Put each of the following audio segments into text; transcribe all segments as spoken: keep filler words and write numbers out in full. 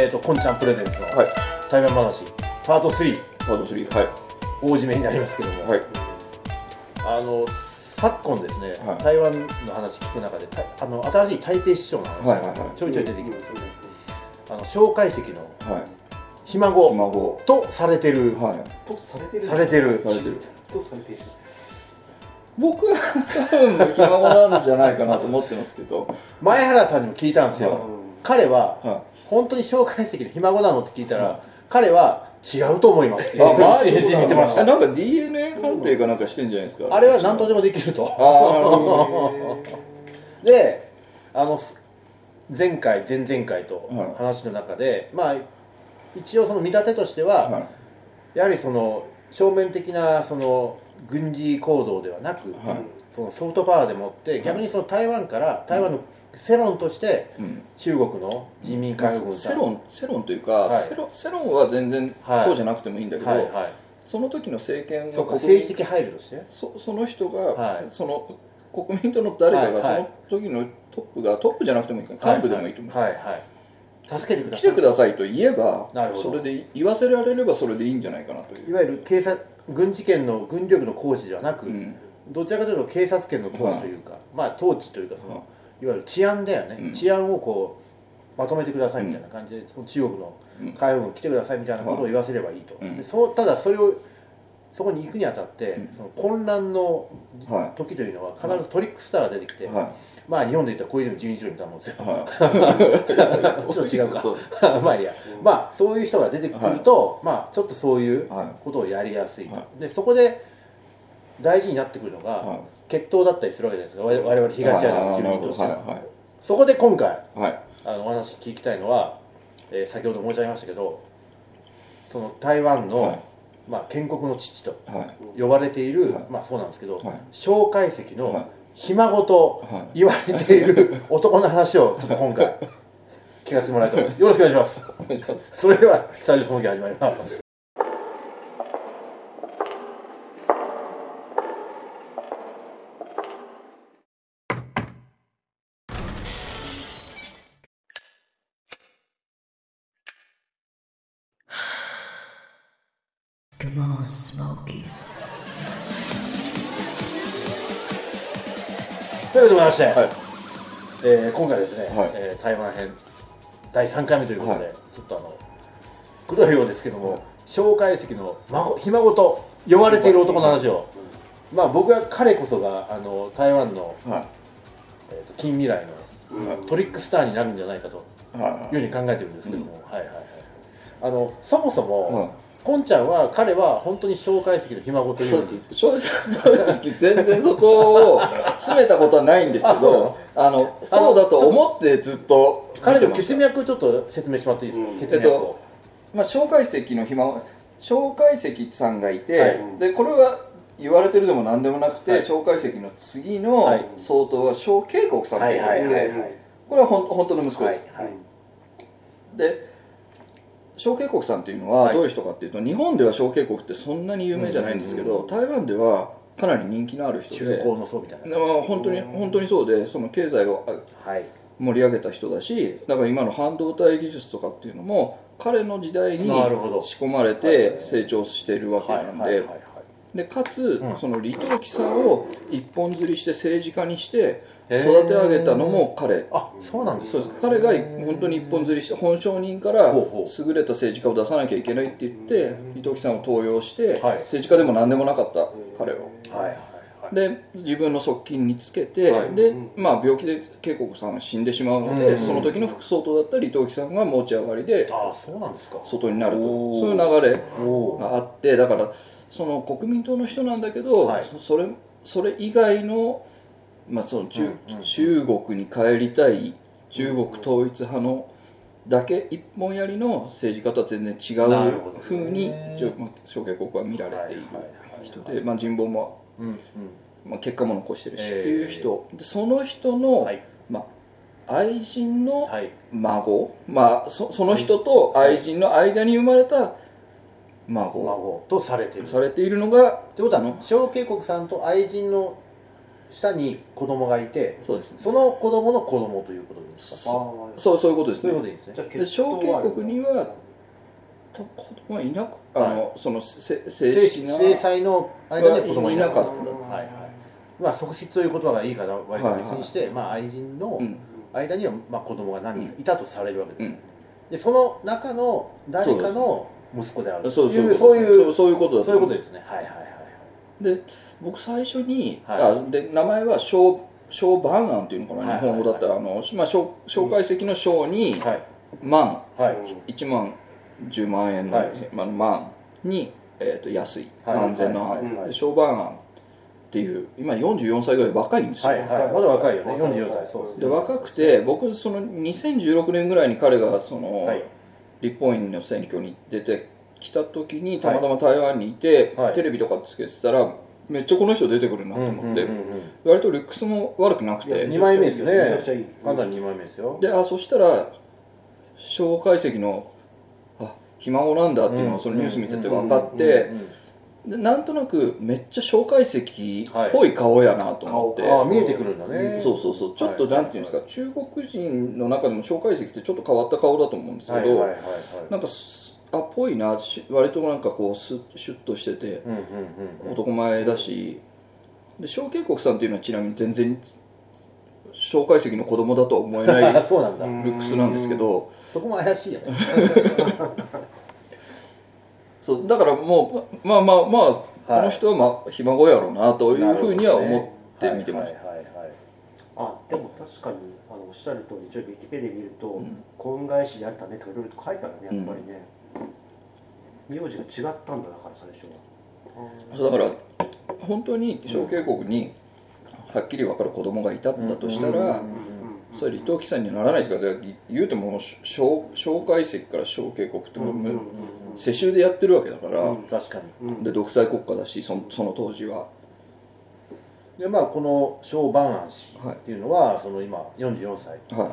ーとこんちゃんプレゼンツのはい、 台湾話パートスリー、 パートスリー、はい、 大締めになりますけども、 はい、 あの昨今ですね、 はい、 台湾の話聞く中であの新しい台北市長の話が、 はいはいはい、 ちょいちょい出てきますよね。あの蒋介石のひはい、 孫とされてる、 はい、 とされてるされてるされてるとされている僕は多分ひ孫なんじゃないかなと思ってますけど、 前原さんにも聞いたんですよ、 はい、 彼は、 はい、 本当に蒋介石のひ孫なのって聞いたら、はい、彼は違うと思いますってあ、マジで言ってました。 なんか ディーエヌエー 鑑定かなんかしてんじゃないですか。 あれは何とでもできると。 ああ、なるほど。 で、あの前回前々回と話の中で、はい、まあ一応その見立てとしては、はい、やはりその正面的なその軍事行動ではなく、はい、そのソフトパワーでもって逆にその台湾から台湾の世論として中国の人民解放軍さん、世論世論というか、はい、世論世論は全然そうじゃなくてもいいんだけど、はいはいはい、その時の政権の政治的配慮としてそ, その人が、はい、その国民党の誰かがその時のトップがトップじゃなくてもいいから幹部でもいいと思う、はいはいはい、 助けてください来てくださいと言えばそれで言わせられればそれでいいんじゃないかなという、 いわゆる警察軍事権の軍力の行使ではなく、うん、どちらかというと警察権の行使というか、はい、まあ統治というかその、はい、いわゆる治安だよね、うん、治安をこうまとめてくださいみたいな感じで、うん、その中国の海軍来てくださいみたいなことを言わせればいいと、うん、でそうただそれをそこに行くにあたって、うん、その混乱の時というのは必ずトリックスターが出てきて、はい、まあ日本で言ったら小泉純一郎みたいなもんですよ、はい、ちょっと違うかまあいいや、うん、まあそういう人が出てくると、はい、まあちょっとそういうことをやりやすいと、はい、でそこで大事になってくるのが、はい、決闘だったりするわけじゃないですか、我々東アジアの住民としては、はいはい、そこで今回、はい、あのお話聞きたいのは、えー、先ほど申し上げましたけどその台湾の、はい、まあ、建国の父と呼ばれている、はい、まあそうなんですけど、はい、蒋介石のひ孫と言われている男の話をちょっと今回聞かせてもらいたいと思います。よろしくお願いします。それではスタジオその時始まります。 Come on, Smokies. ということでございまして、はい、えー、今回ですね、はい、えー、台湾編だいさんかいめということで、はい、ちょっとあのくどいようですけども、蒋介石の孫ひ孫と呼ばれている男の話を、まあ僕は彼こそがあの台湾の、はい、えー、と近未来の、うん、トリックスターになるんじゃないかというふうに考えてるんですけども、はいはいはい、あのそもそも、はい、こんちゃんは彼は本当に蒋介石のひ孫という正直全然そこを詰めたことはないんですけどあのそうだと思ってずっと彼の血脈をちょっと説明してもらっていいですか、うん、血脈を、えっとまあ、蒋介石のひ孫蒋介石さんがいて、はい、でこれは言われてるでも何でもなくて、はい、蒋介石の次の総統は蒋経国さんという人でこれはほん本当の息子です、はいはい、で蒋経国さんっていうのはどういう人かっていうと、はい、日本では蒋経国ってそんなに有名じゃないんですけど、台湾ではかなり人気のある人で、 中高の層みたいな、 まあ、本当に本当にそうで、その経済を盛り上げた人だし、だから今の半導体技術とかっていうのも彼の時代に仕込まれて成長しているわけなんで、でかつ、うん、その李登輝さんを一本釣りして政治家にして育て上げたのも彼。 あ、そうなんですか。 そうです。彼が本当に一本釣りして本証人から優れた政治家を出さなきゃいけないって言って李登輝さんを登用して、はい、政治家でも何でもなかった彼を、はいはいはい、で自分の側近につけて、はい、で、まあ、病気で経国さんが死んでしまうので、うん、その時の副総統だった李登輝さんが持ち上がりで外になると、そういう流れがあって、だからその国民党の人なんだけど、はい、それそれ以外のまあ、その 中,、うんうん、中国に帰りたい中国統一派のだけ一本やりの政治家とは全然違うふうに蒋経国は見られている人で、まあ、人望も、うんうん、まあ、結果も残してるしっていう人で、その人の、はい、まあ、愛人の孫、はい、まあ、そ, その人と愛人の間に生まれた孫、 孫とされているされているのがってことは蒋経国さんと愛人の下に子供がいて、 そうですね、 その子供の子供ということですか。 そうそういうことですね。 そういうことですね。 で小渓谷には子供はいなかった、あのその正式な正妻の間に子供いなかった。はいはい。まあ側室という言葉がいいかな割と別にして、はいはい、まあ愛人の間にはまあ子供が何人かいたとされるわけです。うん、でその中の誰かの息子であるというそういうそういうそういうことだそういうことですね。はいはいはいはい。 で僕最初に、はい、あで名前は小小万安っていうのかな、はいはいはい、日本語だったらあの、まあ、小介石の小に、はい、万、はい、いちまんじゅうまん円の、はい、まあ、万に、えー、と安い、はい、安全の安、はいはい、小万安っていう今よんじゅうよんさいぐらい若いんですよ、はいはい、 まだ若いよねよんじゅうよんさいそうですね。 で若くて僕そのにせんじゅうろくねんぐらいに彼がその、はい、立法院の選挙に出てきた時にたまたま台湾にいて、はい、テレビとかつけてたらめっちゃこの人出てくるなと思って、割とルックスも悪くなくてにまいめですよね。かなりにまいめですよ。 であそしたら蒋介石のあひ孫なんだっていうのがそのニュース見てて分かってでなんとなくめっちゃ蒋介石っぽい顔やなと思って、 はい、あ見えてくるんだね。 そうそうそうちょっとなんていうんですか、はい、中国人の中でも蒋介石ってちょっと変わった顔だと思うんですけどなんかあっぽいな割となんかこうスッシュッとしてて男前だしで蒋経国さんっていうのはちなみに全然蒋介石の子供だとは思えないルックスなんですけどそこも怪しいよねそうだからもうまあまあまあ、はい、この人は、まあ、ひ孫やろうなというふうには思って見てました。 あでも確かにあのおっしゃる通りちょっとウィキペディア見ると、うん、婚外子であったねとかいろいろと書いてあるねやっぱりね、うん、名字が違ったんだだから最初は。 そうだから本当に蒋経国にはっきり分かる子供がいたんだとしたらそれ李登輝さんにはならないというか言うても蒋介石から蒋経国って世襲でやってるわけだから、 うん、確かにで独裁国家だし そ, その当時は。 でまあこの蒋万安氏っていうのは、はい、その今よんじゅうよんさい、はい、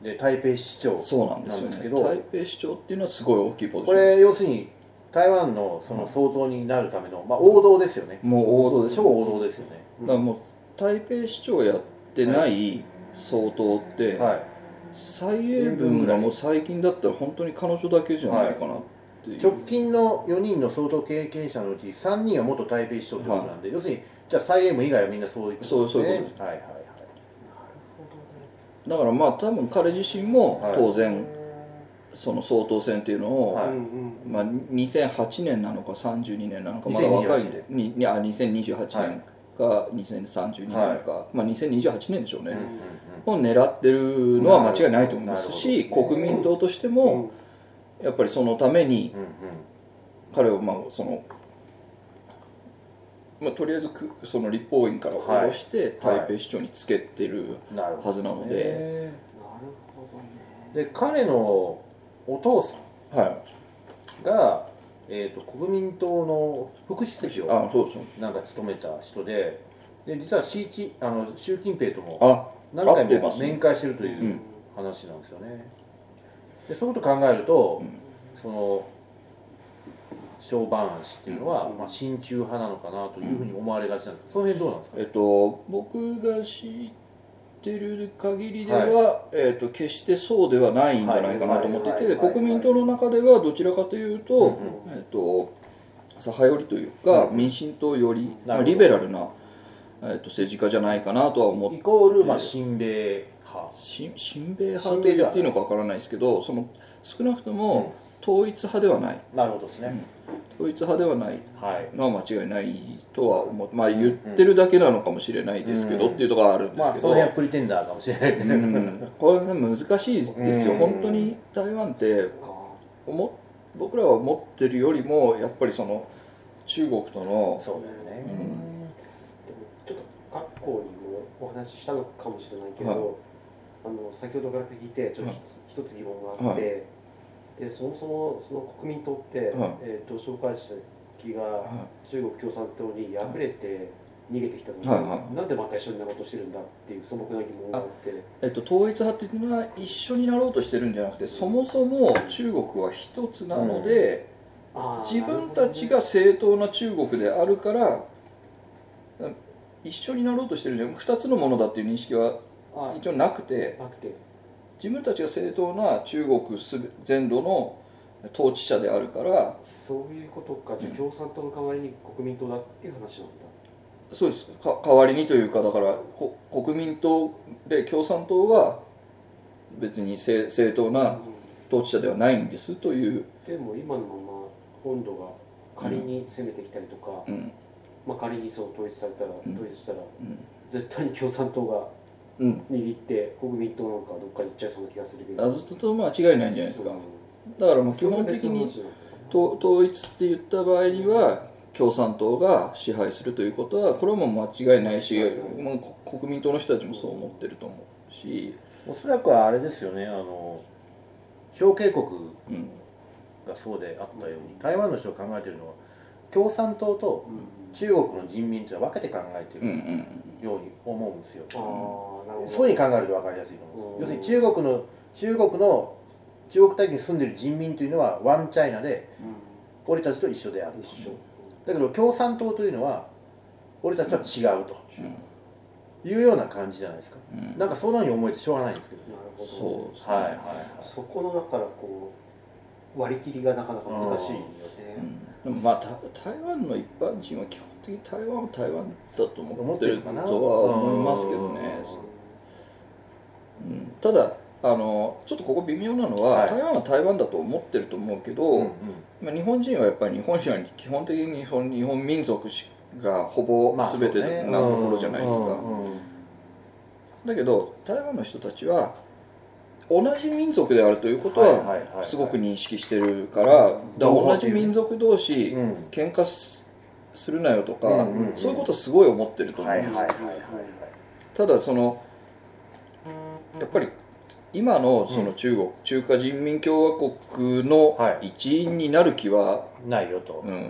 で台北市長なんですけど、 台北市長っていうのはすごい大きいポジションこれ要するに台湾のその総統になるための、まあ、王道ですよね。 もう王道です、 超王道ですよね。 だからもう台北市長やってない総統って、はい、蔡英文がもう最近だったら本当に彼女だけじゃないかなっていう、 はい、直近のよにんの総統経験者のうちさんにんは元台北市長ってことなんで、はい、要するにじゃあ蔡英文以外はみんなそういうことですね。そうそういうことです。はいはいはい。なるほどね。だからまあ多分彼自身も当然、はい、その総統選っていうのを、はい、まあ、にせんはちねんなのかさんじゅうにねんなのかまだ若いんでににあにせんにじゅうはちねんかにせんさんじゅうにねんか、はい、まあにせんにじゅうはちねんでしょうね、うんうんうん、を狙ってるのは間違いないと思いますし、国民党としてもやっぱりそのために彼をまあその、まあ、とりあえずその立法院から下ろして台北市長につけてるはずなので、はいはい、なるほどね。で彼のお父さんが、はい、えー、と国民党の副主席をなんか務めた人で、で実は習近あの習近平とも何回も面会してるという話なんですよね。でそういうことを考えると、うん、その蒋万安氏っていうのは、うん、まあ、親中派なのかなというふうに思われがちなんですけど、その辺どうなんですか、ね。 えっと僕が知ってる限りでは、はい、えー、と決してそうではないんじゃないかなと思っていて、国民党の中ではどちらかというと、うんうん、えー、と左派寄りというか、うん、民進党寄り、まあ、リベラルな、えー、と政治家じゃないかなとは思って、 イコール、まあ、親米派親米派と言っていいのかわからないですけど、その少なくとも統一派ではない、 うん、なるほどですね、 うん、統一派ではないのは間違いないとは思って、まあ言ってるだけなのかもしれないですけど、うん、っていうところがあるんですけど、まあ、 その辺はプリテンダーかもしれない、うん、 これは難しいですよ、うん、本当に台湾って思僕らは思ってるよりもやっぱりその中国とのそうだよね、うん、でもちょっと学校にもお話ししたのかもしれないけど、はい、あの先ほどから聞いてちょっと一つ疑問があって、はい、でそもそもその国民党って、はい、えー、と蒋介石が中国共産党に敗れて逃げてきたのに、はいはい、なんでまた一緒になろうとしてるんだっていう素朴な疑問があって、 えっと、統一派っていうのは一緒になろうとしてるんじゃなくて、そもそも中国は一つなので、うん、自分たちが正当な中国であるから一緒になろうとしてるんじゃなくふたつのものだっていう認識は一応なくて、 なくて自分たちが正当な中国全土の統治者であるから。 そういうことか。じゃあ共産党の代わりに国民党だっていう話なんだ。 そうですか。代わりにというか、だから国民党で共産党は別に 正, 正当な統治者ではないんですという。 でも今のまま本土が仮に攻めてきたりとか、うん、まあ、仮にそう統一されたら、うん、統一したら、うん、絶対に共産党が握って国民党なんかどっかに行っちゃいそうな気がするけど、 あ、ずっと間違いないんじゃないですか、うん、だからもう基本的に統一って言った場合には共産党が支配するということはこれはもう間違いないし、まあ、国民党の人たちもそう思ってると思うし、 おそらくはあれですよね、あの小渓谷がそうであったように、うん、台湾の人が考えているのは共産党と中国の人民というのは分けて考えているように思うんですよ、うんうん、そういうふうに考えると分かりやすいと思うんです、うん、要するに中国の中国の中国大陸に住んでいる人民というのはワンチャイナで、うん、俺たちと一緒であると、一緒だけど共産党というのは俺たちは違うと、うん、いうような感じじゃないですか、うん、なんかそのように思えてしょうがないんですけど、 なるほど、 そうですね、 はいはいはい、そこのだからこう割り切りがなかなか難しいよね、 うん、でもまあ台湾の一般人は基本的に台湾は台湾だと思ってるとは思いますけどね、うん、ただあのちょっとここ微妙なのは、はい、台湾は台湾だと思ってると思うけど、うんうん、まあ、日本人はやっぱり日本人は基本的に日本、日本民族がほぼ全てなところじゃないですか、だけど台湾の人たちは同じ民族であるということはすごく認識してるから、だから同じ民族同士喧嘩するなよとか、うんうん、そういうことはすごい思ってると思うんですよ。ただそのやっぱり今のその中国、うん、中華人民共和国の一員になる気はないよと、うんうんうんうん、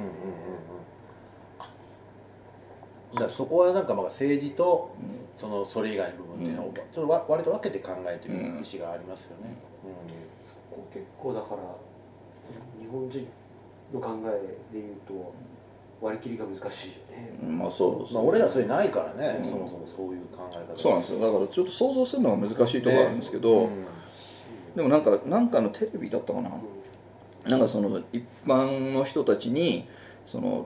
だからそこはなんかまあ政治とそのそれ以外の部分っていうのをちょっとわ割と分けて考えてる意思がありますよね、うんうん、 そこ結構だから日本人の考えでいうと割り切りが難しいよね、 うん、まあそうですね、 まあ、俺らそれないからね、うん、そもそもそういう考え方そうなんですよ。だからちょっと想像するのが難しいところあるんですけど、ね、うん、でもなんかなんかのテレビだったかな、うん、なんかその一般の人たちにその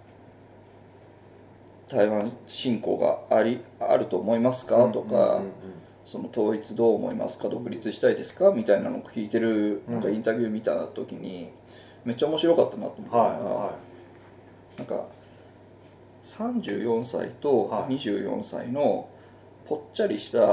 台湾侵攻がありあると思いますかとか、その統一どう思いますか、独立したいですかみたいなのを聞いてるなんかインタビュー見た時にめっちゃ面白かったなと思ったのが、はいはい、なんかさんじゅうよんさいとにじゅうよんさいのぽっちゃりした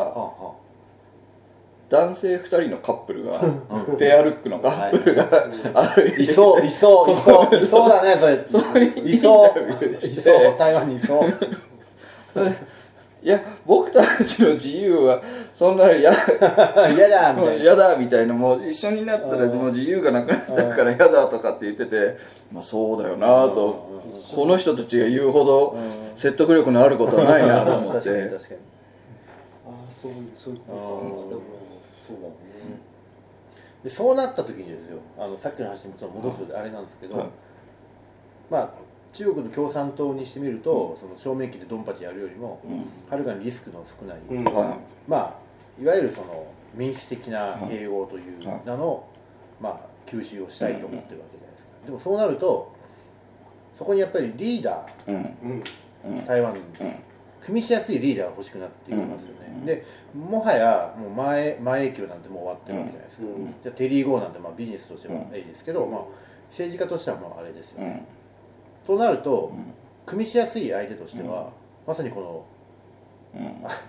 男性ふたりのカップルがペアルックのカップルが歩いて、いそういそういそういそうだねそれ、 それにいそういそう台湾にいそういや僕たちの自由はそんな嫌だみたいな嫌だみたいな、もう一緒になったらもう自由がなくなっちゃうから嫌だとかって言ってて、まあそうだよなと、この人たちが言うほど説得力のあることはないなと思って確かに確かに、 ああそういうそういうそうだね、 でそうなった時にですよ、あのさっきの話にもちろん戻すのであれなんですけど、はい、まあ中国の共産党にしてみると、うん、その正面切でドンパチやるよりも、うん、はるかにリスクの少ない、うん、まあいわゆるその民主的な併合という名の、まあ、吸収をしたいと思ってるわけじゃないですか。でもそうなるとそこにやっぱりリーダー、うん、台湾に組みしやすいリーダーが欲しくなっていきますよね、うん、でもはやもう前前影響なんてもう終わってるわけじゃないですか、うん、じゃあテリー・ゴーなんてまあビジネスとしてはいいですけど、うん、まあ、政治家としてはもうあれですよね、うん、となると、うん、組みしやすい相手としては、うん、まさにこの、うん、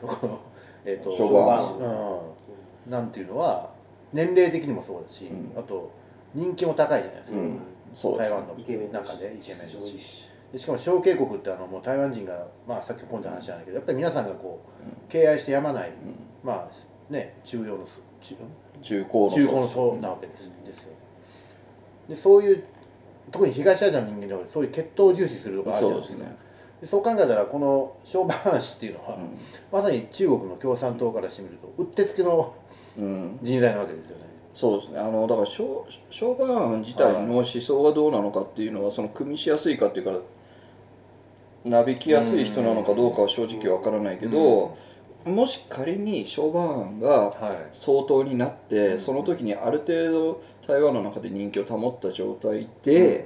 このえっ、ー、と昭和、 うん、なんていうのは年齢的にもそうだし、うん、あと人気も高いじゃないですか、うん、そう台湾の中でイケメンだし、でしかも小渓谷ってあのもう台湾人が、まあ、さっき今度の話じゃないけどやっぱり皆さんがこう敬愛してやまない、うん、まあね中庸の中中高の中高の層なわけです、うん、ですよ。でそういう特に東アジアの人間ではそういう血統を重視するとかあるじゃないですか。そうですね。でそう考えたらこの小馬氏っていうのは、うん、まさに中国の共産党からしてみるとうってつけの人材なわけですよね。 そうですね。あのだから小小馬自体の思想がどうなのかっていうのはその組みしやすいかっていうかなびきやすい人なのかどうかは正直わからないけど、もし仮にショーバーンが相当になって、はい、その時にある程度台湾の中で人気を保った状態で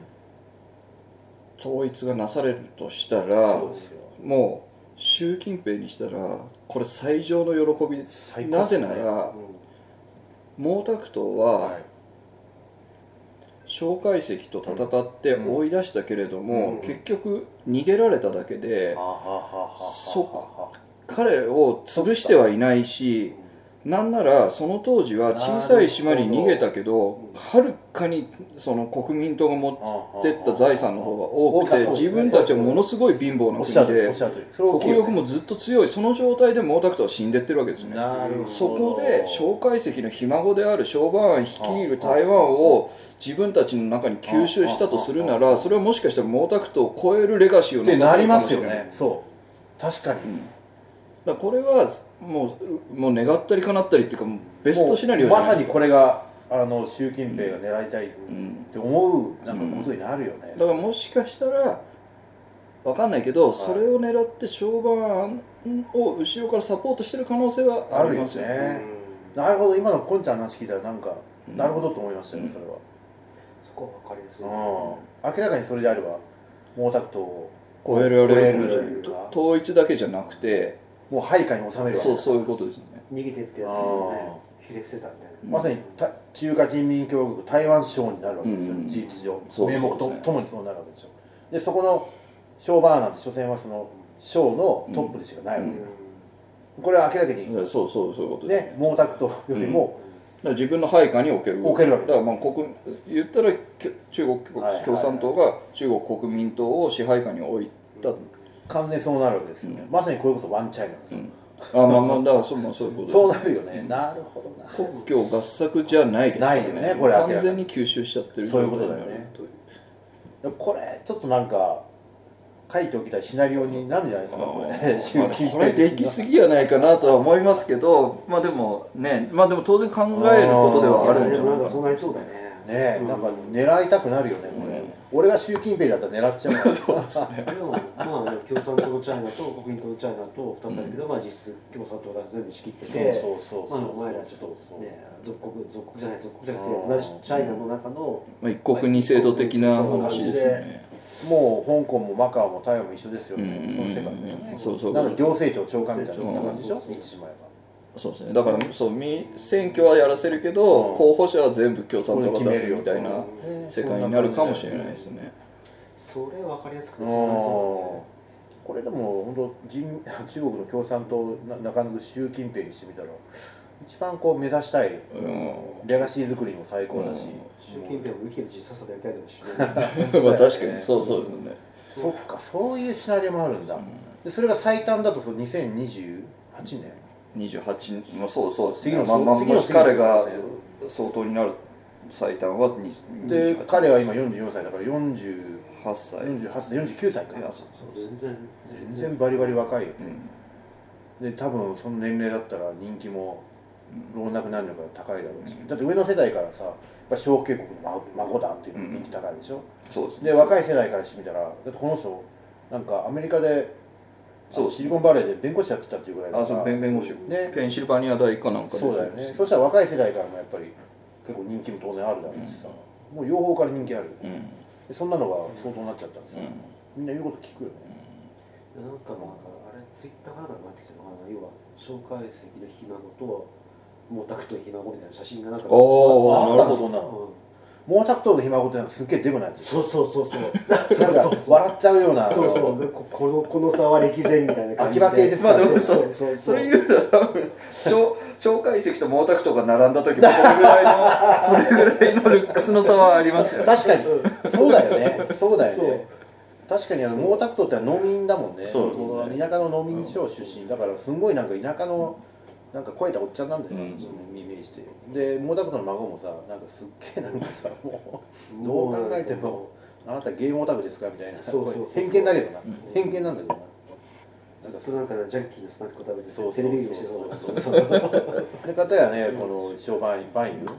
統一がなされるとしたら、もう習近平にしたらこれ最上の喜び、ね、なぜなら、うん、毛沢東は、はい、蒋介石と戦って追い出したけれども、うんうん、結局逃げられただけで、そ彼を潰してはいないし、なんならその当時は小さい島に逃げたけどはるかにその国民党が持ってった財産の方が多くて、自分たちはものすごい貧乏な国で国力もずっと強い、その状態で毛沢東は死んでってるわけですよね。そこで蒋介石のひ孫である蒋バーン率いる台湾を自分たちの中に吸収したとするなら、それはもしかしたら毛沢東を超えるレガシーを残せるかもしれない。ってなりますよね。 そう確かに、うん、 だこれはもう、もう願ったり叶ったりっていうか、ベストシナリオじゃないですか。まさにこれがあの習近平が狙いたいって思うなんかことになるよね、うん、 だからもしかしたら分かんないけど、はい、それを狙ってショーバーンを後ろからサポートしてる可能性はありますよね。 あるよね、うん、なるほど。今のこんちゃんの話聞いたらなんか、うん、なるほどと思いましたよね、それは。 そこは分かりやすい、うん、 明らかにそれであれば毛沢東を超えられるというか、統一だけじゃなくてもう配下に収めるわけ。 そう、そういうことですよね。 逃げてってやつをね、ひれ伏せたんで、 まさに中華人民共和国台湾省になるわけですよ、うん、事実上名目とともにそうなるわけでしょ。でそこの省バーなんて所詮はその省のトップでしかないわけだ、うん、これは明らかに、 うん、そうそうそういうことですね、毛沢東よりも、 うん、だから自分の配下に置ける置けるわけだからまあ国言ったら中国共産党が中国国民党を支配下に置いた、うん、 完全そうなるわけですよね、うん、まさにこれこそワンチャイナだと、うんあまあまあだからそう、まあ、そういうことそうなるよね、うん、なるほどな。 国境合作じゃないですからね。 ないよねこれ。 完全に吸収しちゃってる。 そういうことだよね。これちょっとなんか書いておきたいシナリオになるんじゃないですかこれ。 まあ、これできすぎやないかなとは思いますけど、まあでもね、まあでも当然考えることではあるんじゃないかな。 そうなりそうだね。 ねえ、うん、なんか狙いたくなるよね、これ、うん、俺が習近平だったら狙っちゃうからそうですね。 でもまあ共産党のチャイナと国民党のチャイナとふたつあるけど、うん、まあ実質共産党が全部仕切ってて、 そうそうそうそう、 まあお前らちょっとね属国属国じゃない属国じゃなくて同じチャイナの中の、 まあ、一国二制度的な話ですね。 もう香港もマカオも台湾も一緒ですよね、うん、その世界ですね。そうそう。なんか行政庁長官みたいな感じでしょ、言ってしまえば。 そうですね、だからそう選挙はやらせるけど、うん、候補者は全部共産党が出すみたいな世界になるかもしれないですね。 それ分かりやすくて、これでも本当人中国の共産党中抜く習近平にしてみたら一番こう目指したい、うん、レガシー作りも最高だし、うん、 習近平も生きてるうちにさっさとやりたいだろうしね。 まあ確かにそうそうですよね。 そっか、そういうシナリオもあるんだ、うん、でそれが最短だとにせんにじゅうはちねんにじゅうはち、まあ、そうそうですね。まあまあ、もし彼が相当になる最短はで、彼は今よんじゅうよんさいだからよんじゅうはっさい、 よんじゅうはっさい、よんじゅうきゅうさいか。 全然全然バリバリ若いよね、うん、で多分その年齢だったら人気も老若男女から高いだろうし、うん、だって上の世代からさやっぱ小渓谷の孫だっていうの人気高いでしょ、うん、 そうですね。 で若い世代からしてみたらだってこの人なんかアメリカでそうシリコンバレーで弁護士やってたっていうぐらいだから。 あ、そう弁弁護士、ね、ペンシルバニア大かなんかで。 そうだよね。そしたら若い世代からもやっぱり結構人気も当然あるだろうしさ、うん、もう両方から人気あるよね、うん、でそんなのが相当になっちゃったんですよ、うん、みんな言うこと聞くよね、 うん、なんかまああれツイッターから回ってきたのかな、要は蒋介石のひ孫と毛沢東ひ孫みたいな写真がなんかあったのそんなの、うん、毛沢東のひ孫ってなんかすっげえデブなやつ。 そうそうそうそう。 笑っちゃうような。 そうそう。このこの差は歴然みたいな感じで。 秋葉系ですか。 そうそうそう。それ言うと多分蒋介石と毛沢東が並んだ時もそれぐらいのそれぐらいのルックスの差はありましたよね。 確かにそうだよね。そうだよね。確かにあの毛沢東って農民だもんね。そうですね。田舎の農民省出身だからすんごいなんか田舎のなんか超えたおっちゃんなんだよね、うん、イメージして。で毛沢東の孫もさなんかすっげえなんかさもうどう考えてもあなたゲームオタクですかみたいな偏見だけどな、うん、偏見なんだけどな。 なんか普段からジャンキーのスナックを食べてテレビをしてそうなで方やね、このショーバインバイン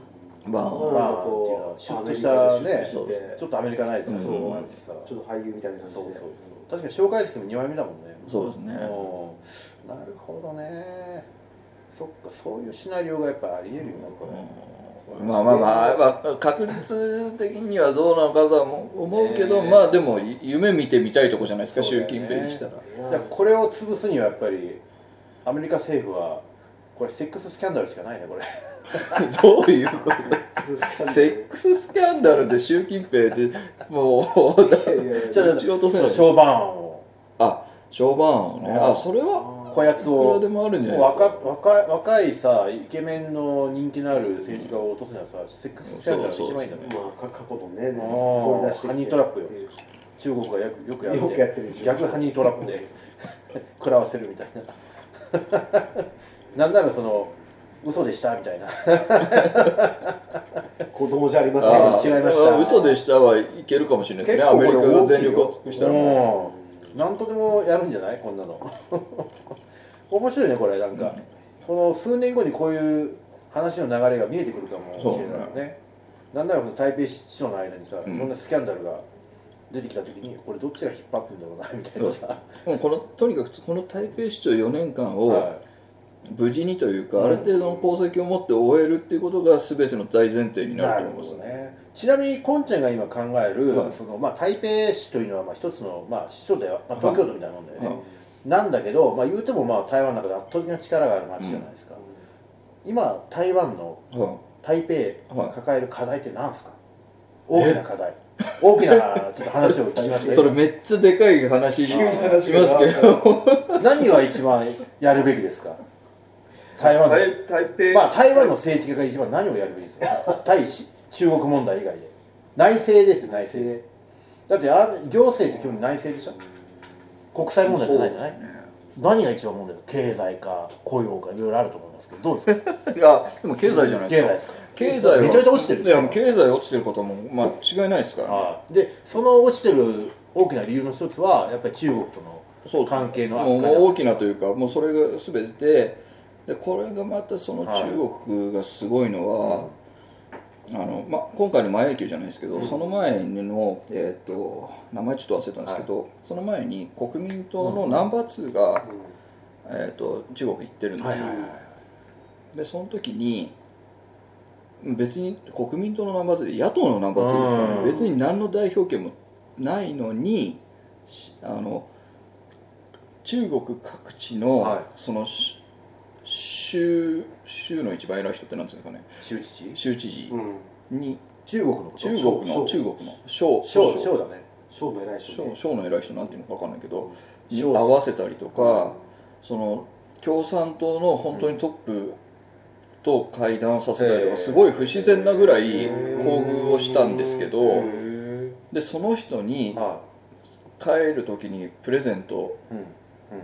まあシュッとしたね、ちょっとアメリカナイズさ、ちょっと俳優みたいな感じで、 確かに紹介式もにまいめだもんね。 そうですね。なるほどね。そっか、そういうシナリオがやっぱありえるよね、これ。 まあまあまあ、まあ、確率的にはどうなのかとは思うけど、まあでも夢見てみたいとこじじゃないですか、習近平にしたら。 じゃあこれを潰すにはやっぱりアメリカ政府はこれセックススキャンダルしかないね、これ。 どういうことセックススキャンダルで習近平ってもうじゃあ落とせない小判をあ小判をねあそれはこやつをいくらでもあるんじゃないですか。 若い若いさイケメンの人気のある政治家を落とすのはさセックススキャンダルが一番いいんだね。 まあ過去のねハニートラップよ。中国がよくよくやってる逆ハニートラップで食らわせるみたいな。なんならその嘘でしたみたいな。 子供じゃありません。違いました。 嘘でしたはいけるかもしれないですね。アメリカが全力を尽くしたら。 なんとでもやるんじゃないこんなの。面白いねこれなんか、うん、この数年後にこういう話の流れが見えてくるかもしれないよね。ねなんならこの台北市長の間にさ、うん、いろんなスキャンダルが出てきた時にこれどっちが引っ張ってんだろうなみたいなさ。 もうこのとにかくこの台北市長よねんかんを、はい無事にというか、うん、ある程度の功績を持って終えるっていうことが全ての大前提になると思いますね。 ちなみにこんちゃんが今考える、はい、そのまあ、台北市というのはまあ一つの、まあ、首都では、まあ、東京都みたいなもんだよね、はい、なんだけど、まあ、言うてもまあ台湾の中で圧倒的な力がある街じゃないですか、うん、今台湾の台北が抱える課題って何ですか、大きな課題大きなちょっと話を聞きますね。 それめっちゃでかい話しますけど何が一番やるべきですか。台湾の台北、 まあ、台湾の政治家が一番何をやるべきですか。対中国問題以外で内政ですよ。内政です。だってあ行政って基本内政でしょ。国際問題じゃないじゃない、ね、何が一番問題ですか。経済か雇用かいろいろあると思いますけどどうですか。 いやでも経済じゃないですか。 経済ですか。 経済はめちゃめちゃ落ちてるでしょ。 いや経済落ちてることも間違いないですから、ね、 ああでその落ちてる大きな理由の一つはやっぱり中国との関係の悪化。 もう大きなというかもうそれが全てででこれがまたその中国がすごいのは、はい、あのまあ、今回の前野球じゃないですけど、うん、その前の、えー、と名前ちょっと忘れたんですけど、はい、その前に国民党のナンバーツーが、うんえー、と中国行ってるんですよ。でその時に別に国民党のナンバーツーで野党のナンバーツーですからね、うん、別に何の代表権もないのにあの中国各地の、はい、その州, 州の一番偉い人って何ですかね。 州知事州知事に、うん、 中国の中国の中国の省省省だね。 省の偉い人、ね、 省の偉い人なんていうのか分かんないけど、うん、に合わせたりとか、うん、その共産党の本当にトップと会談させたりとか、すごい不自然なぐらい厚遇をしたんですけど、でその人に帰る時にプレゼント、うんうん、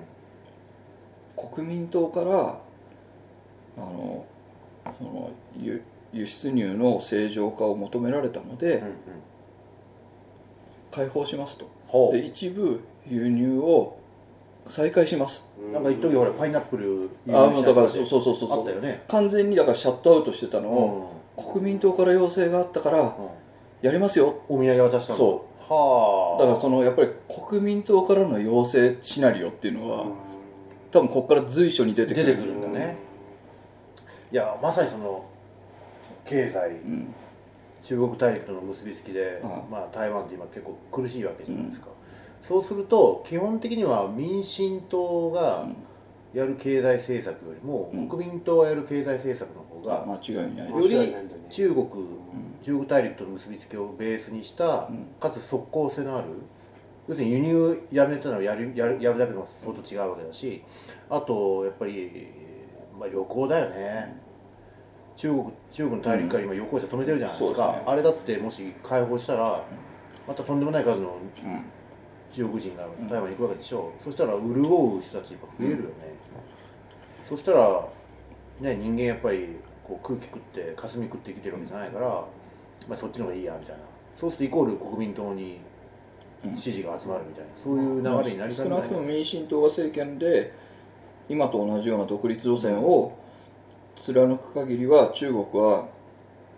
国民党からあのその 輸, 輸出入の正常化を求められたので、うんうん、開放しますと。で一部輸入を再開します。 なんか一時俺パイナップル輸入したからそうそうそうそうあったよね。 完全にだからシャットアウトしてたのを、うん、国民党から要請があったから、うん、やりますよ。 お土産渡したの。 そうはあ。だからそのやっぱり国民党からの要請シナリオっていうのは、うん、多分ここから随所に出てくる。 出てくるんだね。いやまさにその経済、うん、中国大陸との結びつきで、ああまあ、台湾って今結構苦しいわけじゃないですか、うん、そうすると基本的には民進党がやる経済政策よりも、うん、国民党がやる経済政策の方が、 間違いない、 より中国、うん、中国大陸との結びつきをベースにした、うん、かつ即効性のある要するに輸入やめたのをやる、やる、やるだけでも相当違うわけだし、あとやっぱり、まあ、旅行だよね。中国、中国の大陸から今旅行者止めてるじゃないですか、うん、すね、あれだってもし開放したらまたとんでもない数の中国人が台湾に行くわけでしょう。そしたら潤う人たちが増えるよね、うん、そしたら、ね、人間やっぱりこう空気食って霞食って生きてるわけじゃないから、まあ、そっちの方がいいやみたいな、そうするとイコール国民党に支持が集まるみたいな、そういう流れになりかねない。 少なくとも民進党が政権で今と同じような独立路線を貫く限りは中国は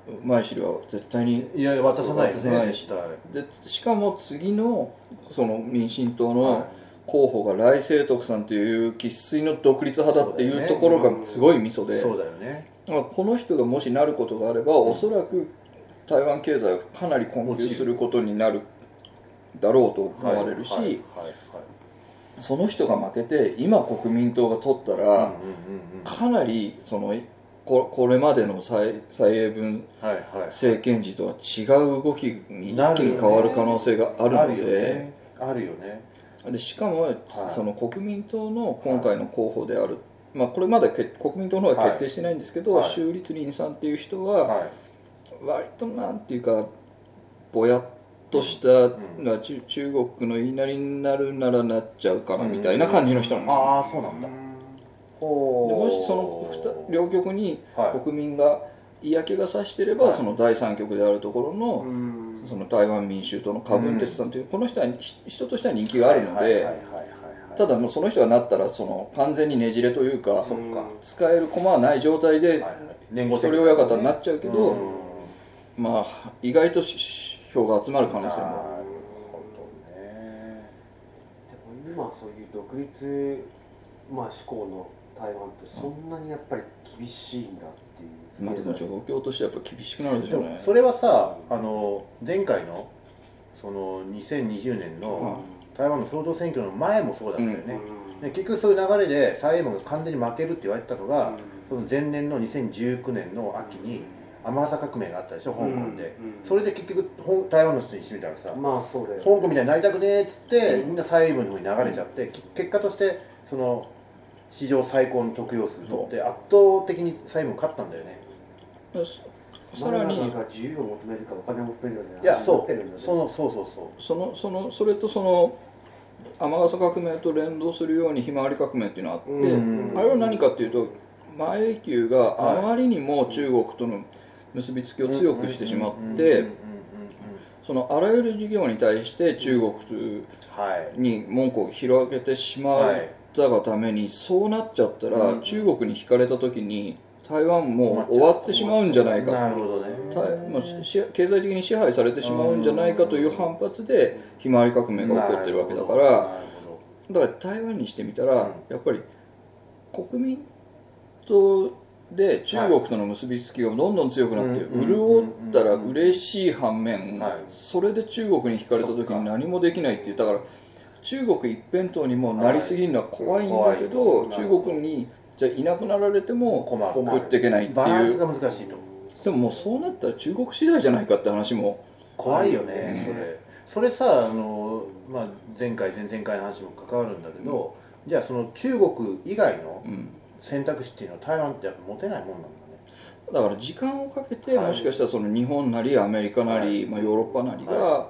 前資料は絶対にいや渡さないよね、 渡さないしでしかも次のその民進党の候補が頼清徳さんという生粋の独立派だっていうところがすごいミソで、 そうだよね、 この人がもしなることがあれば、おそらく台湾経済はかなり困窮することになるだろうと思われるし、その人が負けて今国民党が取ったらかなりそのここれまでの蔡英文政権時とは違う動きに一気に変わる可能性があるので、 あるよね。 でしかもその国民党の今回の候補である、まあこれまだ国民党の方は決定してないんですけど、周立林さんっていう人は割となんていうかぼやっとした、うんうん、中, 中国の言いなりになるならなっちゃうかなみたいな感じの人なんですよ。 ああそうなんだ。でもしその両極に国民が嫌気がさしてれば、はい、そのだいさん極であるところの、はい、その台湾民衆党の柯文哲さんという、うん、この人は人としては人気があるので、ただもうその人がなったらその完全にねじれというか、そっか使える駒はない状態で一人親方になっちゃうけど、まあ意外と票が集まる可能性も。なるほどね。でも今そういう独立、まあ、志向の台湾ってそんなにやっぱり厳しいんだっていう。 まあでも状況としてやっぱ厳しくなるでしょうね。 それはさ、あの前回のそのにせんにじゅうねんの台湾の総統選挙の前もそうだったよね。うん、で結局そういう流れで蔡英文が完全に負けるって言われてたのが、うん、その前年のにせんじゅうきゅうねんの秋に。雨傘革命があったでしょ、香港で、うんうん、それで結局台湾の人にしてみたらさ、 まあそうだよね、 香港みたいになりたくねえっつって、うん、みんな蔡英文の方に流れちゃって、うん、結果としてその史上最高の得票数を取って圧倒的に蔡英文勝ったんだよね。 さらに自由を求めるかお金を求めるかで、いやそうそのそうそうそうそのそのそれとその雨傘革命と連動するようにひまわり革命っていうのがあって、うん、あれは何かっていうと馬英九があまりにも中国との結びつきを強くしてしまってそのあらゆる事業に対して中国に門戸を広げてしまったがために、そうなっちゃったら中国に惹かれた時に台湾も終わってしまうんじゃないか、 なるほどね、 経済的に支配されてしまうんじゃないかという反発でひまわり革命が起こってるわけだから、だから台湾にしてみたらやっぱり国民とで中国との結びつきがどんどん強くなって潤ったら嬉しい反面、それで中国に惹かれた時に何もできないっていう、だから中国一辺倒にもなりすぎるのは怖いんだけど、中国にじゃあいなくなられても食っていけないっていうバランスが難しいと。 でももうそうなったら中国次第じゃないかって話も怖いよね、それそれさ、あの、まあ、前回前々回の話も関わるんだけど、うん、じゃあその中国以外の選択肢っていうのは台湾ってやっぱ持てないもんなんだね。 だから時間をかけて、はい、もしかしたらその日本なりアメリカなり、はい、まあ、ヨーロッパなりが、はい、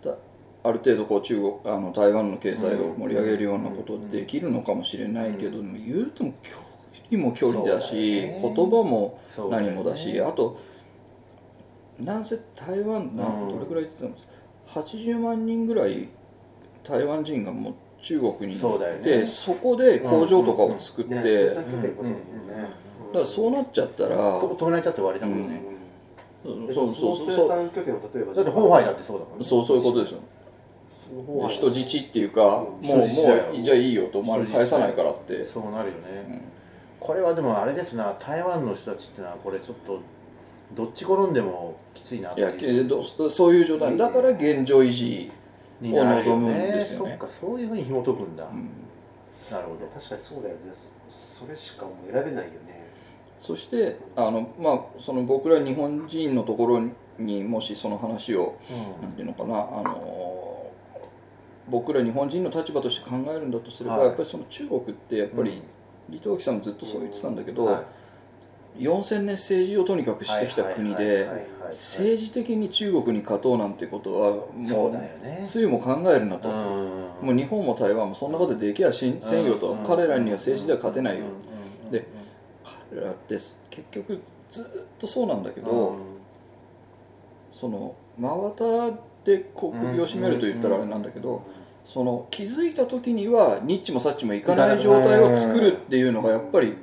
ある程度こう中国あの台湾の経済を盛り上げるようなことできるのかもしれないけど、うん、言うても距離も距離だし、ね、言葉も何もだし、だね、あとなんせ台湾な、うん、どれくらい言ってたんですか、はちじゅうまんにんぐらい台湾人がもう中国に行って、 そ, ね、そこで工場とかを作って、うんうんね、だからそうなっちゃったらそこ止められちゃって終わりだもんね、 うん、そうそうそうそう、生産拠点を例えばだってホーハイだってそうだもんね。 そうそういうことですよ。人質っていうか、もうもうじゃあいいよと、返さないからって。 そうなるよね、うん、これはでもあれですな、台湾の人たちってのはこれちょっとどっち転んでもきついなっていう。 いやどそういう状態だから現状維持を望むんですよね。 そっか、そういうふうに紐解くんだ、うん、なるほど。 確かにそうだよね。それしかもう選べないよね。 そしてあの、まあ、その僕ら日本人のところにもしその話を、うん、なんていうのかな、あの僕ら日本人の立場として考えるんだとすれば、はい、やっぱりその中国ってやっぱり、うん、李登輝さんもずっとそう言ってたんだけど、はい、よんせんねん政治をとにかくしてきた国で政治的に中国に勝とうなんてことはもうつゆも考えるなと、もう日本も台湾もそんなことできやしんせんよと、彼らには政治では勝てないよ。で彼らって結局ずっとそうなんだけど、その真綿でこう首を絞めると言ったらあれなんだけど、その気づいた時にはニッチもサッチもいかない状態を作るっていうのがやっぱり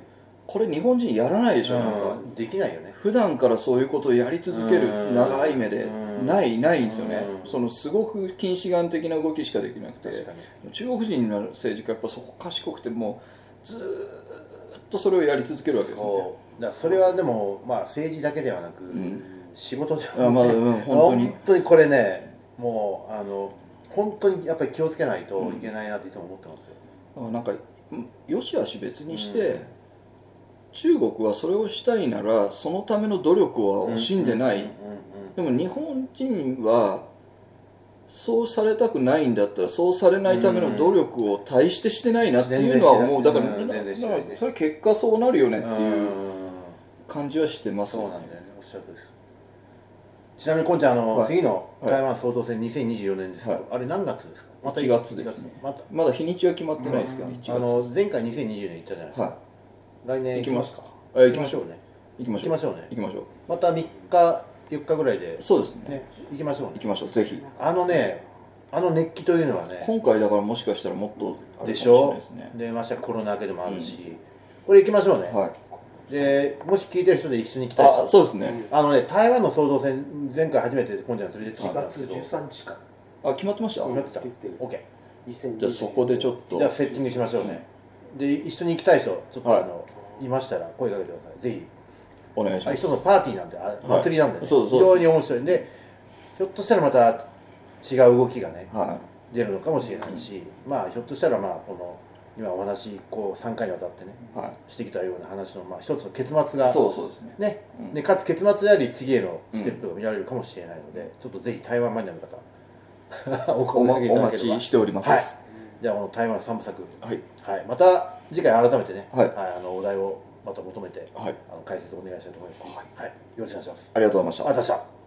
これ日本人やらないでしょ、なんかできないよね。 普段からそういうことをやり続ける長い目でないないんですよね。そのすごく近視眼的な動きしかできなくて、中国人の政治家やっぱそこ賢くてもうずーっとそれをやり続けるわけですよね。 そうだからそれはでもまあ政治だけではなく、うん、仕事上、ね、 まあ、うん、本当に本当にこれね、もうあの本当にやっぱり気をつけないといけないなっていつも思ってますよ。 うん、なんかよしあし別にして、うん、中国はそれをしたいならそのための努力は惜しんでない。でも日本人はそうされたくないんだったらそうされないための努力を大してしてないなっていうのは思う。だから、だからそれ結果そうなるよねっていう感じはしてますよね。 そうなんだよね、おっしゃるとです。ちなみにこんちゃん、あの、はい、次の台湾総統選にせんにじゅうよねんですけど、はい、あれ何月ですか？ またいちがつですね。ま, まだ日にちは決まってないですけど、うん、 あの前回にせんにじゅうねん行ったじゃないですか、はい、来年行きますか？ 行きましょうね。 行きましょうね。 行きましょう。 またみっかよっかぐらいで、 そうですね。 ね、行きましょうね。 行きましょう、ぜひ。 あのね、あの熱気というのはね、 今回だからもしかしたらもっとあるかもしれないですね。で、ましてコロナ明けでもあるし、うん、これ行きましょうね。はい。で、もし聞いてる人で一緒に行きたい人、 あ、そうですね。 あのね、台湾の総統選、前回初めてこんちゃん連れてってもらったんですけど、 しがつじゅうさんにちか。 あ、決まってました？ 決まってた。オッケー。じゃあそこでちょっと。 じゃあセッティングしましょうね。で、一緒に行きたい人、ちょっとあの、いましたら声かけてください。ぜひ。 お願いします。 一つのパーティーなんで、祭りなんでね、非常に面白いんで、ひょっとしたらまた違う動きがね、出るのかもしれないし、まあひょっとしたらまあこの今お話こうさんかいにわたってね、してきたような話のまあ一つの結末がそうそうですね。 ね、でかつ結末であり次へのステップが見られるかもしれないので、ちょっとぜひ台湾マニアの方お声掛けいただければ。 お待ちしております。 はい。じゃあこの台湾三部作、はい、はい、また次回改めてね、はい、あのお題をまた求めて、はい、あの解説をお願いしたいと思います。はい、はい、よろしくお願いします。 ありがとうございました。 ありがとうございました。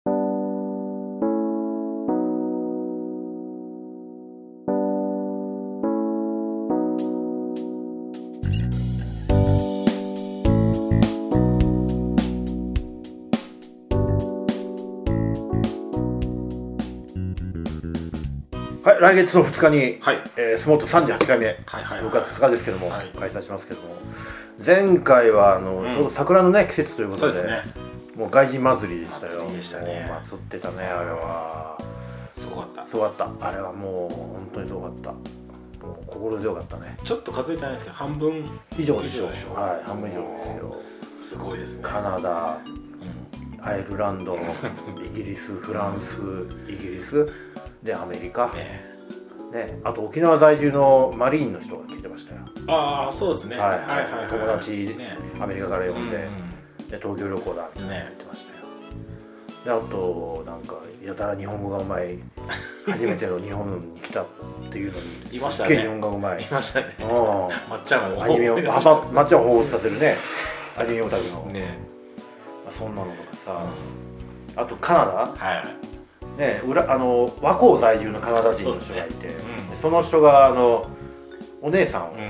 はい、来月のふつかに、はい、えー、スモートさんじゅうはちかいめ、はいはいはい、ろくがつふつかですけども、はい、開催しますけども、前回はあの、うん、ちょうど桜のね季節ということで、そうですね、もう外人祭りでしたよ。 祭りでしたね。 もう祭ってたね、あれは。 すごかった。 すごかった。あれはもう本当にすごかった。もう心強かったね。 ちょっと数えてないですけど、半分以上でしょ。はい、半分以上ですよ。 すごいですね。 カナダ、うん、アイルランド、イギリス、フランス、イギリス。でアメリカ、ねね、あと沖縄在住のマリーンの人が来てましたよ。 ああ、そうですね。 はいはいはい、はい、友達、ね、アメリカから呼んで、うん、で東京旅行だみたいな言ってましたよ。であとなんかやたら日本語がうまい初めての日本に来たっていうのにいましたね。 日本語がうまい。 いましたね。まっちゃんもアニメをまっちゃんを彷彿させるね。アニメオタクの。ね。まあ、そんなのとかさ、あとカナダ。はい。ね、裏あの和光在住のカナダ人の人がいて、 そ,、ねうん、その人があのお姉さんを、うん、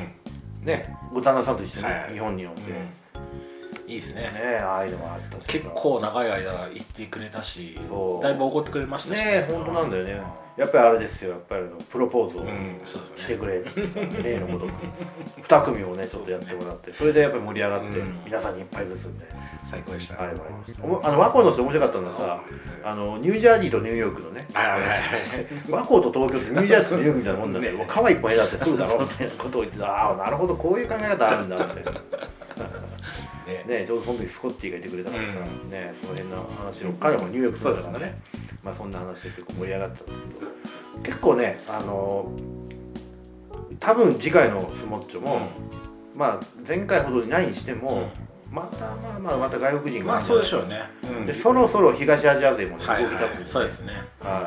ね、ご旦那さんと一緒に日本に呼んで、 うん、いいですね。 ね、ああいうのもあったし、 結構長い間行ってくれたし、だいぶ怒ってくれましたしね。本当なんだよね。やっぱりあれですよ、やっぱりプロポーズをしてくれって例のことにに組をねちょっとやってもらって、それでやっぱり盛り上がって皆さんにいっぱいずつで最高でした。 あの和光の人面白かったのはさ、あのニュージャージーとニューヨークのね、和光と東京ってニュージャージーとニューヨークみたいなもんだけど、もう川一本隔てすぐだろみたいなことを言って、ああなるほどこういう考え方あるんだみたいな。ね、ちょうどその時スコッティがいてくれたからさ、ね、その辺の話を彼もニューヨーク住んだからね、まあそんな話で結構盛り上がったんだけど、結構ね、あの多分次回のスモッチョも、うん、まあ前回ほどにないにしても、うん、またまあまあまた外国人が、 まあそうでしょうね、 うん、でそろそろ東アジア勢もね、 はいはい、動き出す、そうですね、 はい、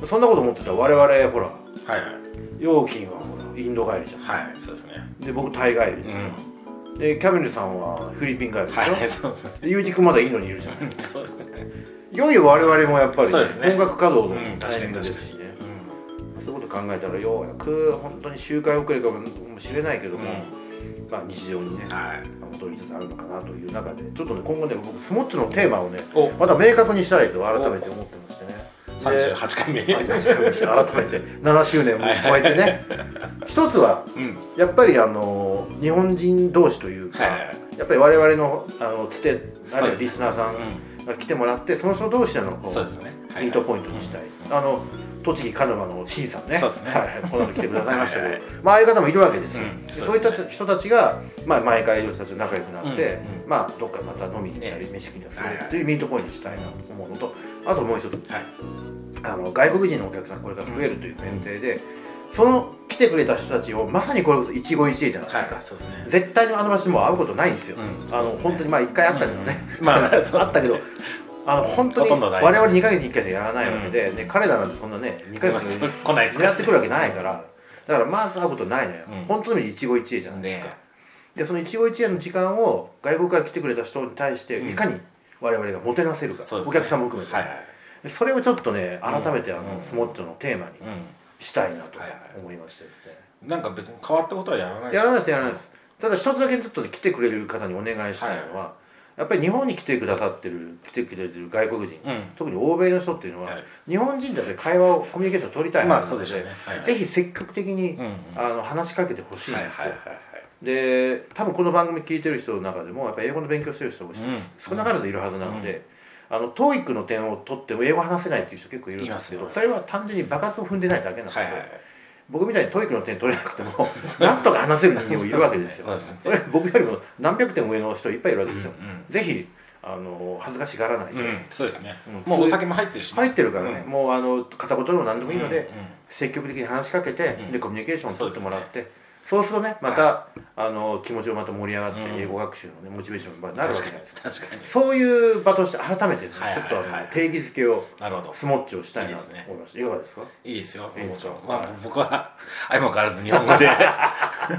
そんなこと思ってたら我々ほら、はいはい、陽金はほらインド帰りじゃん、 はい、そうですね、 で僕タイ帰りですよ、うん、でキャメルさんはフィリピン帰りでしょ、 はい、そうですね、 でユージ君まだインドにいるじゃんそうですね、 いよいよ我々もやっぱり、ね、 そうですね、 本格稼働のタイミングですしね、うん、そういうこと考えたらようやく本当に周回遅れかもしれないけども、うん、まあ日常にね、はい、戻りつつあるのかなという中で、ちょっとね今後ね僕スモッチのテーマをねまた明確にしたいと改めて思ってましてね、 さんじゅうはちかいめ改めてななしゅうねんも超えてね一つは、うん、やっぱりあの日本人同士というか、はいはい、 やっぱり我々のあのつてあるいはリスナーさんが来てもらって、その人同士でのこうそうですね、 ミートポイントにしたい。あの栃木鹿沼のシンさんね、 そうですね、 はい、この後来てくださいましたけど、まあああいう方もいるわけですよ。そういった人たちがまあ前からいる人たちと仲良くなって、まあどっかまた飲みに行ったり飯食いに行ったりっていうミートポイントにしたいなと思うのと、あともう一つ、あの外国人のお客さんこれから増えるという前提で、その来てくれた人たちをまさにこれこそ一期一会じゃないですか、はい、そうですね、絶対にあの場所でも会うことないんですよ、うん、あの、ね、本当にまあいっかいあったけどね、うん、まああったけどあの本当に我々にかげつにいっかいでやらないわけで、うんね、彼らなんてそんなねにかげつに狙ってくるわけないから、だからまず会うことないのよ、うん、本当に一期一会じゃないですか、ね、でその一期一会の時間を外国から来てくれた人に対していかに我々がもてなせるか、うん、お客さんも含めて、はいはい、それをちょっとね改めてあの、うん、スモッチョのテーマにしたいなと思いましてですね、 なんか別に変わったことはやらないですやらないですやらないです。ただ一つだけちょっと来てくれる方にお願いしたいのは、はい、やっぱり日本に来てくださってる来てくれてる外国人、うん、特に欧米の人っていうのは、はい、日本人だけ会話をコミュニケーションを取りたいはずなので、まあねはいはい、ぜひ積極的に、うんうん、あの話しかけてほしいんですよ。で多分この番組聞いてる人の中でもやっぱり英語の勉強してる人も、うん、少なからずいるはずなので、うん、あの トーイック の点を取っても英語話せないっていう人結構いるんですけど、それは単純に場数を踏んでないだけなんですよ、はいはい、僕みたいに トーイック の点取れなくてもなんとか話せる人間もいるわけですよ。それ僕よりも何百点上の人いっぱいいるわけですよ、うんうん、ぜひあの恥ずかしがらないで、 うん、そうですね、うん、もうお酒も入ってるし、ね、 入ってるからね、うん、もうあの片言でも何でもいいので、うんうん、積極的に話しかけて、うん、でコミュニケーションを取ってもらって、そうするとねまた、はい、あの気持ちをまた盛り上がって、うん、英語学習の、ね、モチベーションになるわけじゃないですか。確かにそういう場として改めて、ねはいはいはい、ちょっとあの定義づけをスモッチをしたいなと思いました。いかがですか？ いいですよ。いいですよ。まあ、はい、僕は相も変わらず日本語でや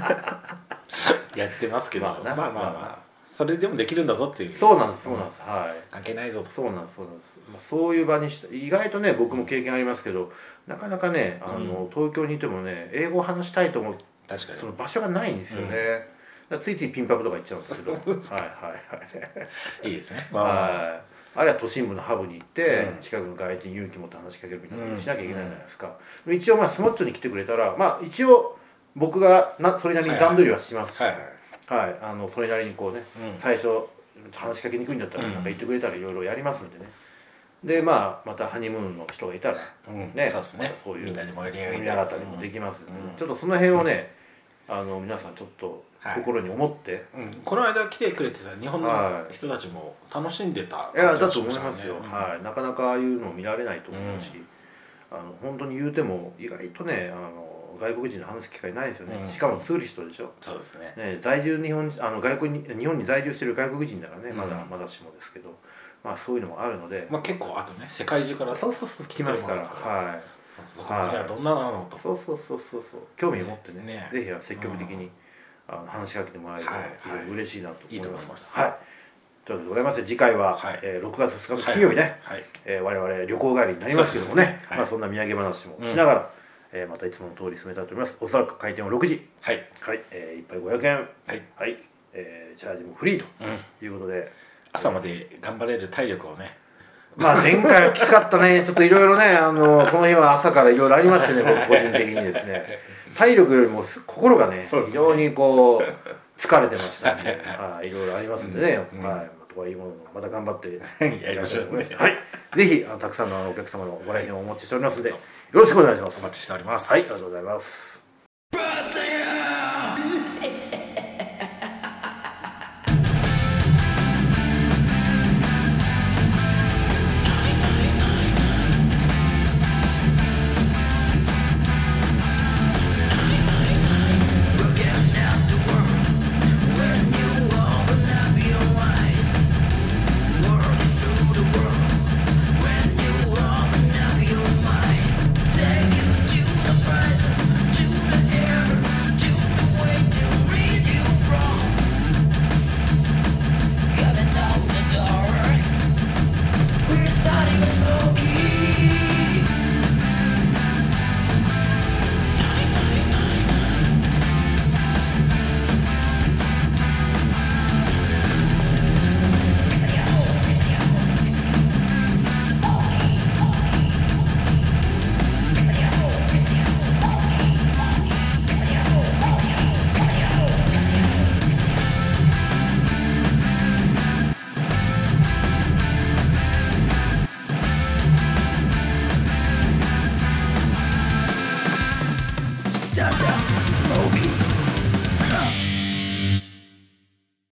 ってますけど、まあまあまあ、まあ、それでもできるんだぞっていう。 そうなんですそうなんです、はい、 関係ないぞと。 そうなんですそうなんです。まあ、そういう場にした意外とね僕も経験ありますけど、なかなかねあの、うん、東京にいてもね英語を話したいと思う確かにその場所がないんですよね、うん、だからついついピンパブとか行っちゃうんですけどはいはいはいいいですね、 まあ、はいあるいは都心部のハブに行って、うん、近くの外人勇気持って話しかけるみたいなことしなきゃいけないじゃないですか、うん、一応まあスモッチョに来てくれたらまあ一応僕がなそれなりに段取りはしますし、はいはいはいはい、あのそれなりにこうね、うん、最初話しかけにくいんだったらなんか言ってくれたらいろいろやりますんでね。でまあまたハニムーンの人がいたら、うん、ね、そうですね、ま、そういう盛り上がったりもできますんで、ね、うん、ちょっとその辺をねあの皆さんちょっと心に思って、 はい、うん、この間来てくれてさ日本の人たちも楽しんでた感じがしましたね。いやだと思いますよ、うん、はい、なかなかああいうのを見られないと思うし、うん、あの本当に言うても意外とねあの外国人の話す機会ないですよね、うん、しかもツーリストでしょ。 そうですね、 ね在住日本あの外国に日本に在住してる外国人ならねまだ、うん、まだしもですけど、まあそういうのもあるので、 まあ結構あとね世界中からそうそうそう来てますから、はい、 そこはどんななのと、 そうそうそうそうそう興味を持ってね、ねぜひ積極的に、うん、あの話しかけてもらえると、はいはい、嬉しいなと思います。いいと思います。はい。ということでございまして次回は、はい、えー、ろくがつふつかの金曜日ね、はいはい、えー、我々旅行帰りになりますけどもね、ね、はい、まあそんな土産話もしながら、うん、えー、またいつもの通り進めたいと思います。おそらく開店はろくじ、はい、はい、えー、いっぱいごひゃくえん、はい、はい、えー、チャージもフリーということで、うん、 朝まで頑張れる体力をね。 まあ前回はきつかったね。ちょっといろいろね、あのその日は朝からいろいろありましてね、個人的にですね。体力よりも心がね、非常にこう疲れてましたんで、はい、いろいろありますんでね、うん、はい、とはいいものまた頑張ってやりましょうね。 はい、ぜひあのたくさんのお客様のご来店をお待ちしておりますので、よろしくお願いします。 お待ちしております。 はい、ありがとうございます。